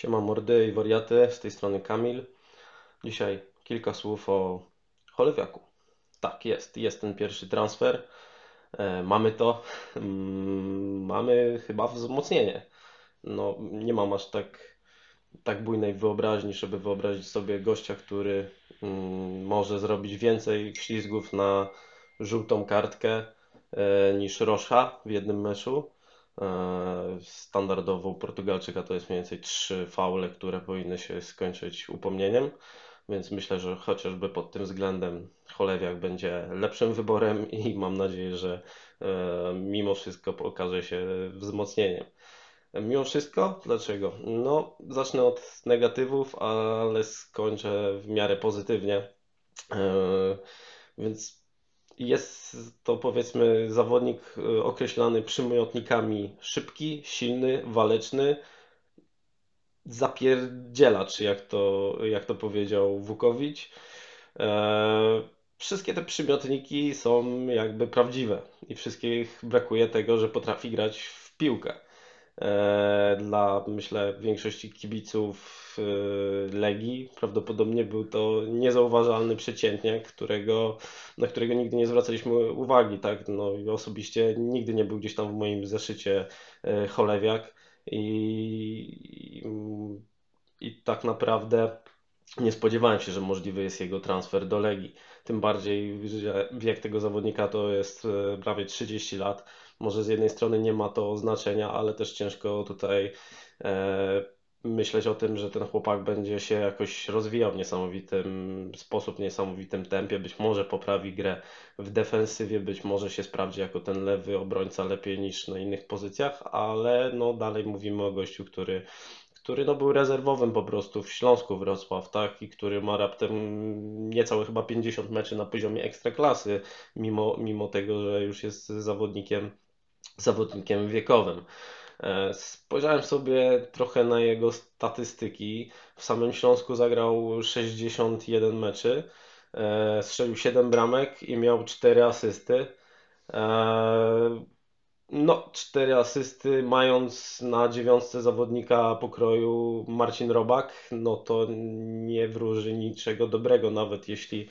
Siema mordy i wariaty, z tej strony Kamil. Dzisiaj kilka słów o Cholewiaku. Tak, jest ten pierwszy transfer. Mamy to. Mamy chyba wzmocnienie. No, nie mam aż tak bujnej wyobraźni, żeby wyobrazić sobie gościa, który może zrobić więcej ślizgów na żółtą kartkę niż Rocha w jednym meczu. Standardowo u Portugalczyka to jest mniej więcej 3 faule, które powinny się skończyć upomnieniem, więc myślę, że chociażby pod tym względem Cholewiak będzie lepszym wyborem i mam nadzieję, że mimo wszystko okaże się wzmocnieniem. Mimo wszystko? Dlaczego? No, zacznę od negatywów, ale skończę w miarę pozytywnie. E, Więc jest to powiedzmy zawodnik określany przymiotnikami szybki, silny, waleczny, zapierdzielacz, jak to powiedział Wukowicz. Wszystkie te przymiotniki są jakby prawdziwe i wszystkich brakuje tego, że potrafi grać w piłkę. Dla, myślę, większości kibiców Legii prawdopodobnie był to niezauważalny przeciętniak, na którego nigdy nie zwracaliśmy uwagi, tak? No, i osobiście nigdy nie był gdzieś tam w moim zeszycie Cholewiak i, i tak naprawdę nie spodziewałem się, że możliwy jest jego transfer do Legii. Tym bardziej, że wiek tego zawodnika to jest prawie 30 lat. Może z jednej strony nie ma to znaczenia, ale też ciężko tutaj e, myśleć o tym, że ten chłopak będzie się jakoś rozwijał w niesamowitym sposób, w niesamowitym tempie. Być może poprawi grę w defensywie, być może się sprawdzi jako ten lewy obrońca lepiej niż na innych pozycjach, ale no dalej mówimy o gościu, który no był rezerwowym po prostu w Śląsku Wrocław, tak? I który ma raptem niecałe chyba 50 meczy na poziomie ekstraklasy, mimo tego, że już jest zawodnikiem wiekowym. Spojrzałem sobie trochę na jego statystyki. W samym Śląsku zagrał 61 meczy, strzelił 7 bramek i miał 4 asysty. No, 4 asysty, mając na dziewiątce zawodnika pokroju Marcin Robak, no to nie wróży niczego dobrego, nawet jeśli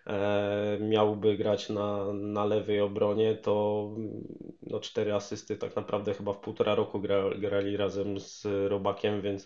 miałby grać na lewej obronie, to no, 4 asysty tak naprawdę chyba w półtora roku grali razem z Robakiem, więc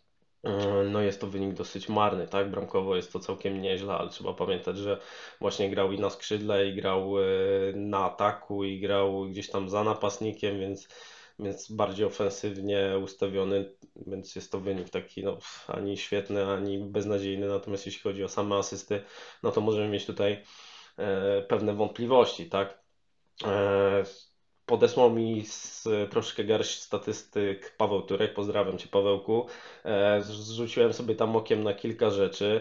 no jest to wynik dosyć marny, tak? Bramkowo jest to całkiem nieźle, ale trzeba pamiętać, że właśnie grał i na skrzydle, i grał na ataku, i grał gdzieś tam za napastnikiem, więc bardziej ofensywnie ustawiony, więc jest to wynik taki no, ani świetny, ani beznadziejny. Natomiast jeśli chodzi o same asysty, no to możemy mieć tutaj pewne wątpliwości, tak? E, Podesłał mi troszkę garść statystyk Paweł Turek. Pozdrawiam Cię, Pawełku. Zrzuciłem sobie tam okiem na kilka rzeczy.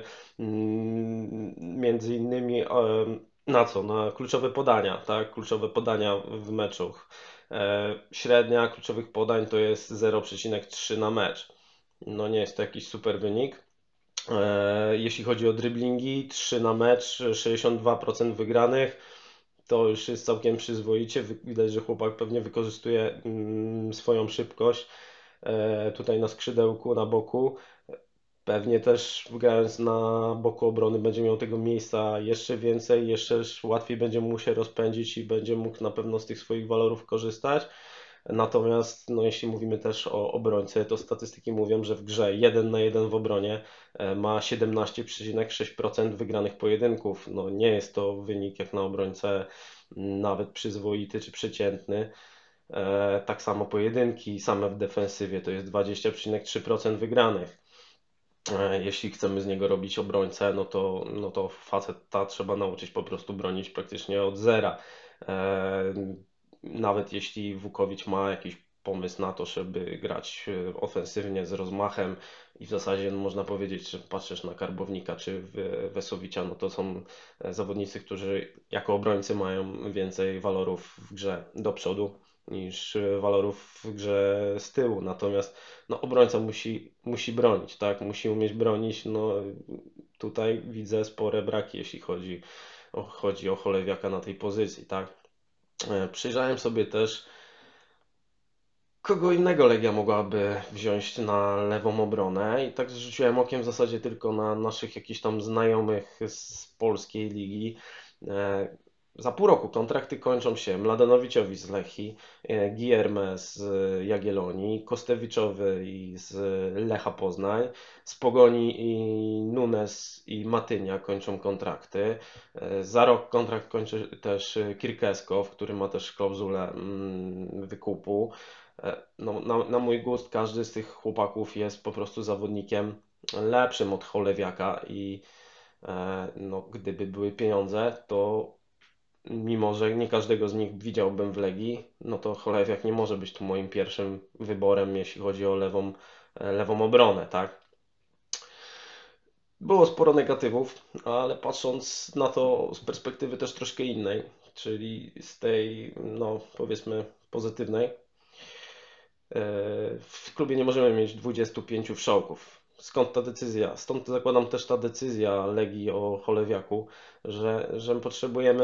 Między innymi na co? Na kluczowe podania, tak? Kluczowe podania w meczu. Średnia kluczowych podań to jest 0,3 na mecz. No nie jest to jakiś super wynik. Jeśli chodzi o driblingi, 3 na mecz, 62% wygranych. To już jest całkiem przyzwoicie. Widać, że chłopak pewnie wykorzystuje swoją szybkość tutaj na skrzydełku, na boku. Pewnie też grając na boku obrony będzie miał tego miejsca jeszcze więcej, jeszcze łatwiej będzie mu się rozpędzić i będzie mógł na pewno z tych swoich walorów korzystać. Natomiast no, jeśli mówimy też o obrońcy, to statystyki mówią, że w grze 1 na 1 w obronie ma 17,6% wygranych pojedynków. No, nie jest to wynik jak na obrońcę nawet przyzwoity czy przeciętny. Tak samo pojedynki same w defensywie to jest 20,3% wygranych. Jeśli chcemy z niego robić obrońcę, no to faceta trzeba nauczyć po prostu bronić praktycznie od zera. E, Nawet jeśli Wukowicz ma jakiś pomysł na to, żeby grać ofensywnie z rozmachem i w zasadzie no, można powiedzieć, że patrzysz na Karbownika czy Wesowicza, no to są zawodnicy, którzy jako obrońcy mają więcej walorów w grze do przodu niż walorów w grze z tyłu. Natomiast no, obrońca musi bronić, tak? Musi umieć bronić. No, tutaj widzę spore braki, jeśli chodzi o Cholewiaka na tej pozycji, tak? Przyjrzałem sobie też Kogo innego Legia mogłaby wziąć na lewą obronę i tak rzuciłem okiem w zasadzie tylko na naszych jakichś tam znajomych z polskiej ligi. E, Za pół roku kontrakty kończą się Mladenowiczowi z Lechii, Guilherme z Jagiellonii, Kostewiczowy i z Lecha Poznań, z Pogoni i Nunes i Matynia kończą kontrakty. Za rok kontrakt kończy też Kirkeskow, który ma też klauzulę wykupu. No, na mój gust każdy z tych chłopaków jest po prostu zawodnikiem lepszym od Cholewiaka i no, gdyby były pieniądze, to mimo, że nie każdego z nich widziałbym w Legii, no to Cholewiak nie może być tu moim pierwszym wyborem, jeśli chodzi o lewą obronę, tak? Było sporo negatywów, ale patrząc na to z perspektywy też troszkę innej, czyli z tej, no powiedzmy, pozytywnej, w klubie nie możemy mieć 25 wszołków. Skąd ta decyzja? Stąd zakładam też ta decyzja Legii o Cholewiaku, że potrzebujemy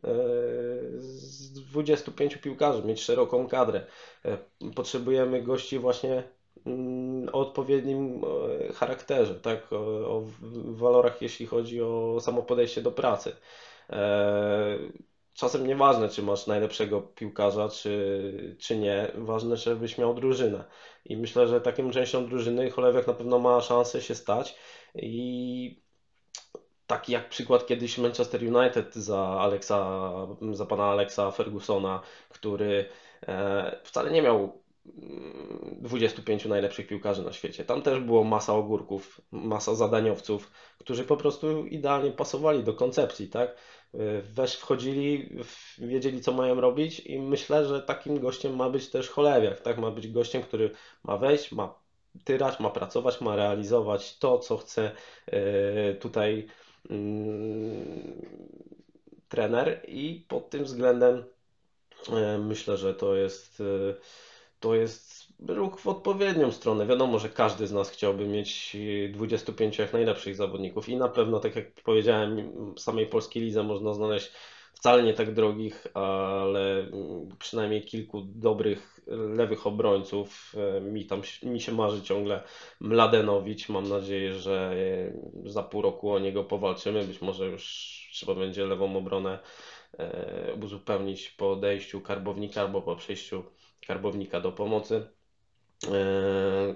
z 25 piłkarzy mieć szeroką kadrę. Potrzebujemy gości właśnie o odpowiednim charakterze, tak? O walorach, jeśli chodzi o samo podejście do pracy. E, Czasem nieważne, czy masz najlepszego piłkarza, czy nie. Ważne, żebyś miał drużynę. I myślę, że taką częścią drużyny Cholewiak na pewno ma szansę się stać. I taki jak przykład kiedyś Manchester United za pana Alexa Fergusona, który wcale nie miał 25 najlepszych piłkarzy na świecie. Tam też było masa ogórków, masa zadaniowców, którzy po prostu idealnie pasowali do koncepcji, tak? Wchodzili, wiedzieli co mają robić i myślę, że takim gościem ma być też Cholewiak, tak? Ma być gościem, który ma wejść, ma tyrać, ma pracować, ma realizować to, co chce tutaj mm, trener i pod tym względem myślę, że to jest ruch w odpowiednią stronę. Wiadomo, że każdy z nas chciałby mieć 25 jak najlepszych zawodników i na pewno, tak jak powiedziałem, w samej polskiej lidze można znaleźć wcale nie tak drogich, ale przynajmniej kilku dobrych lewych obrońców. Mi się marzy ciągle Mladenowicz. Mam nadzieję, że za pół roku o niego powalczymy. Być może już trzeba będzie lewą obronę uzupełnić po odejściu Karbownika albo po przejściu Karbownika do pomocy. E,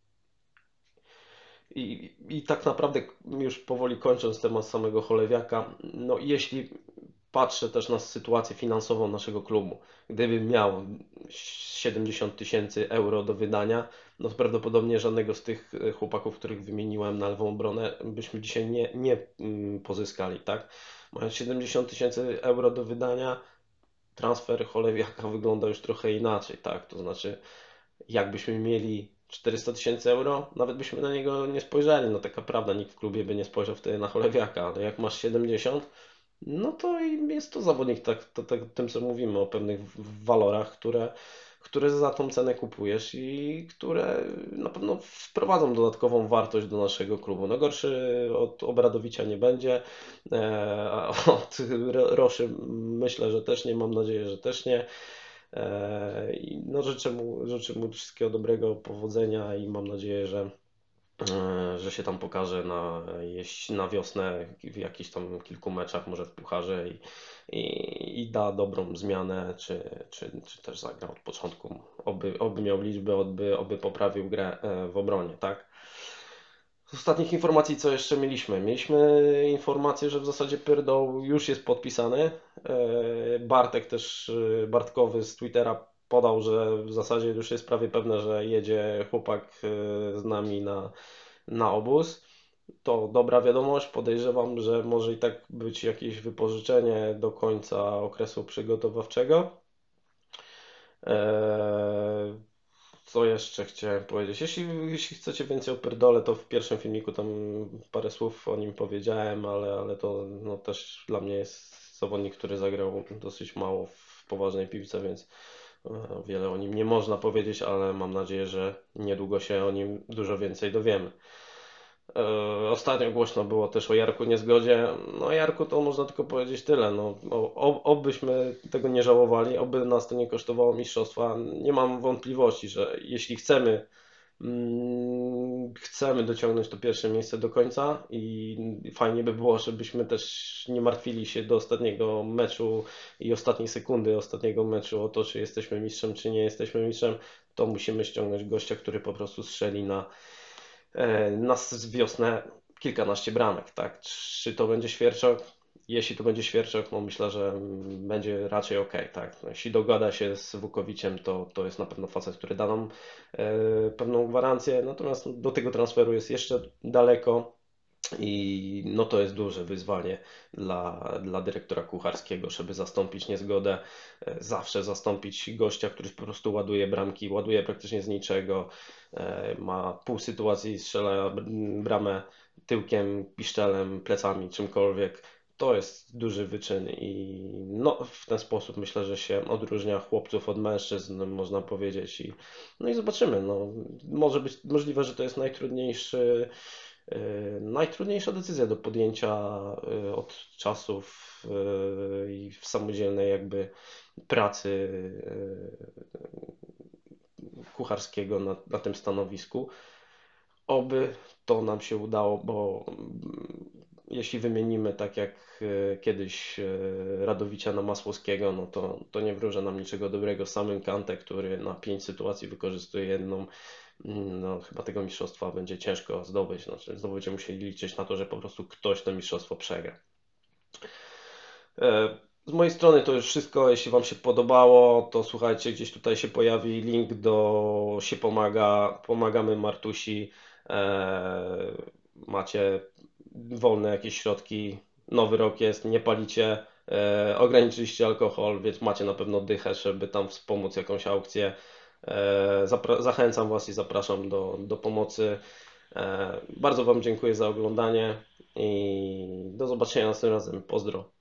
I tak naprawdę już powoli kończąc temat samego Cholewiaka, no jeśli patrzę też na sytuację finansową naszego klubu, gdybym miał 70 tysięcy euro do wydania, no to prawdopodobnie żadnego z tych chłopaków, których wymieniłem na lewą obronę, byśmy dzisiaj nie pozyskali, tak? Mając 70 tysięcy euro do wydania, transfer Cholewiaka wygląda już trochę inaczej, tak? To znaczy, jakbyśmy mieli 400 tysięcy euro, nawet byśmy na niego nie spojrzeli. No taka prawda, nikt w klubie by nie spojrzał wtedy na Cholewiaka, ale jak masz 70, no to i jest to zawodnik, tak tym co mówimy o pewnych walorach, które za tą cenę kupujesz i które na pewno wprowadzą dodatkową wartość do naszego klubu. No gorszy od Obradowicza nie będzie, a od Roszy myślę, że też nie, mam nadzieję, że też nie. I no życzę mu wszystkiego dobrego, powodzenia i mam nadzieję, że się tam pokaże na wiosnę w jakichś tam kilku meczach, może w pucharze i da dobrą zmianę, czy też zagra od początku. Oby miał liczbę, oby poprawił grę w obronie, tak? Z ostatnich informacji, co jeszcze mieliśmy? Mieliśmy informację, że w zasadzie Pyrdoł już jest podpisany. Bartek też, Bartkowy z Twittera podał, że w zasadzie już jest prawie pewne, że jedzie chłopak z nami na obóz. To dobra wiadomość. Podejrzewam, że może i tak być jakieś wypożyczenie do końca okresu przygotowawczego. Eee, Co jeszcze chciałem powiedzieć? Jeśli chcecie więcej o Pierdole, to w pierwszym filmiku tam parę słów o nim powiedziałem, ale to no, też dla mnie jest zawodnik, który zagrał dosyć mało w poważnej piłce, więc wiele o nim nie można powiedzieć, ale mam nadzieję, że niedługo się o nim dużo więcej dowiemy. Ostatnio głośno było też o Jarku Niezgodzie. No Jarku to można tylko powiedzieć tyle. No, obyśmy tego nie żałowali, oby nas to nie kosztowało mistrzostwa. Nie mam wątpliwości, że jeśli chcemy dociągnąć to pierwsze miejsce do końca i fajnie by było, żebyśmy też nie martwili się do ostatniego meczu i ostatniej sekundy ostatniego meczu o to, czy jesteśmy mistrzem, czy nie jesteśmy mistrzem, to musimy ściągnąć gościa, który po prostu strzeli na wiosnę kilkanaście bramek, tak? Czy to będzie Świerczok? Jeśli to będzie Świerczok, no myślę, że będzie raczej ok, tak? No, jeśli dogada się z Wukowiciem, to jest na pewno facet, który da nam pewną gwarancję, natomiast do tego transferu jest jeszcze daleko. I no to jest duże wyzwanie dla dyrektora kucharskiego, żeby zastąpić Niezgodę, zawsze zastąpić gościa, który po prostu ładuje bramki, ładuje praktycznie z niczego, ma pół sytuacji, strzela bramę tyłkiem, piszczelem, plecami, czymkolwiek. To jest duży wyczyn i no, w ten sposób myślę, że się odróżnia chłopców od mężczyzn, można powiedzieć. No i zobaczymy. No, może być możliwe, że to jest najtrudniejsza decyzja do podjęcia od czasów i w samodzielnej jakby pracy kucharskiego na tym stanowisku. Oby to nam się udało, bo jeśli wymienimy tak jak kiedyś Radowicia na Masłowskiego, no to nie wróży nam niczego dobrego. Samym Kante, który na 5 sytuacji wykorzystuje jedną, no chyba tego mistrzostwa będzie ciężko zdobyć. Znaczy, znowu będziemy musieli liczyć na to, że po prostu ktoś to mistrzostwo przegra. Z mojej strony to już wszystko. Jeśli Wam się podobało, to słuchajcie, gdzieś tutaj się pojawi link do Się Pomaga. Pomagamy Martusi. Macie wolne jakieś środki. Nowy rok jest, nie palicie. Ograniczyliście alkohol, więc macie na pewno dychę, żeby tam wspomóc jakąś aukcję. Zachęcam Was i zapraszam do pomocy. Bardzo Wam dziękuję za oglądanie i do zobaczenia następnym razem. Pozdro.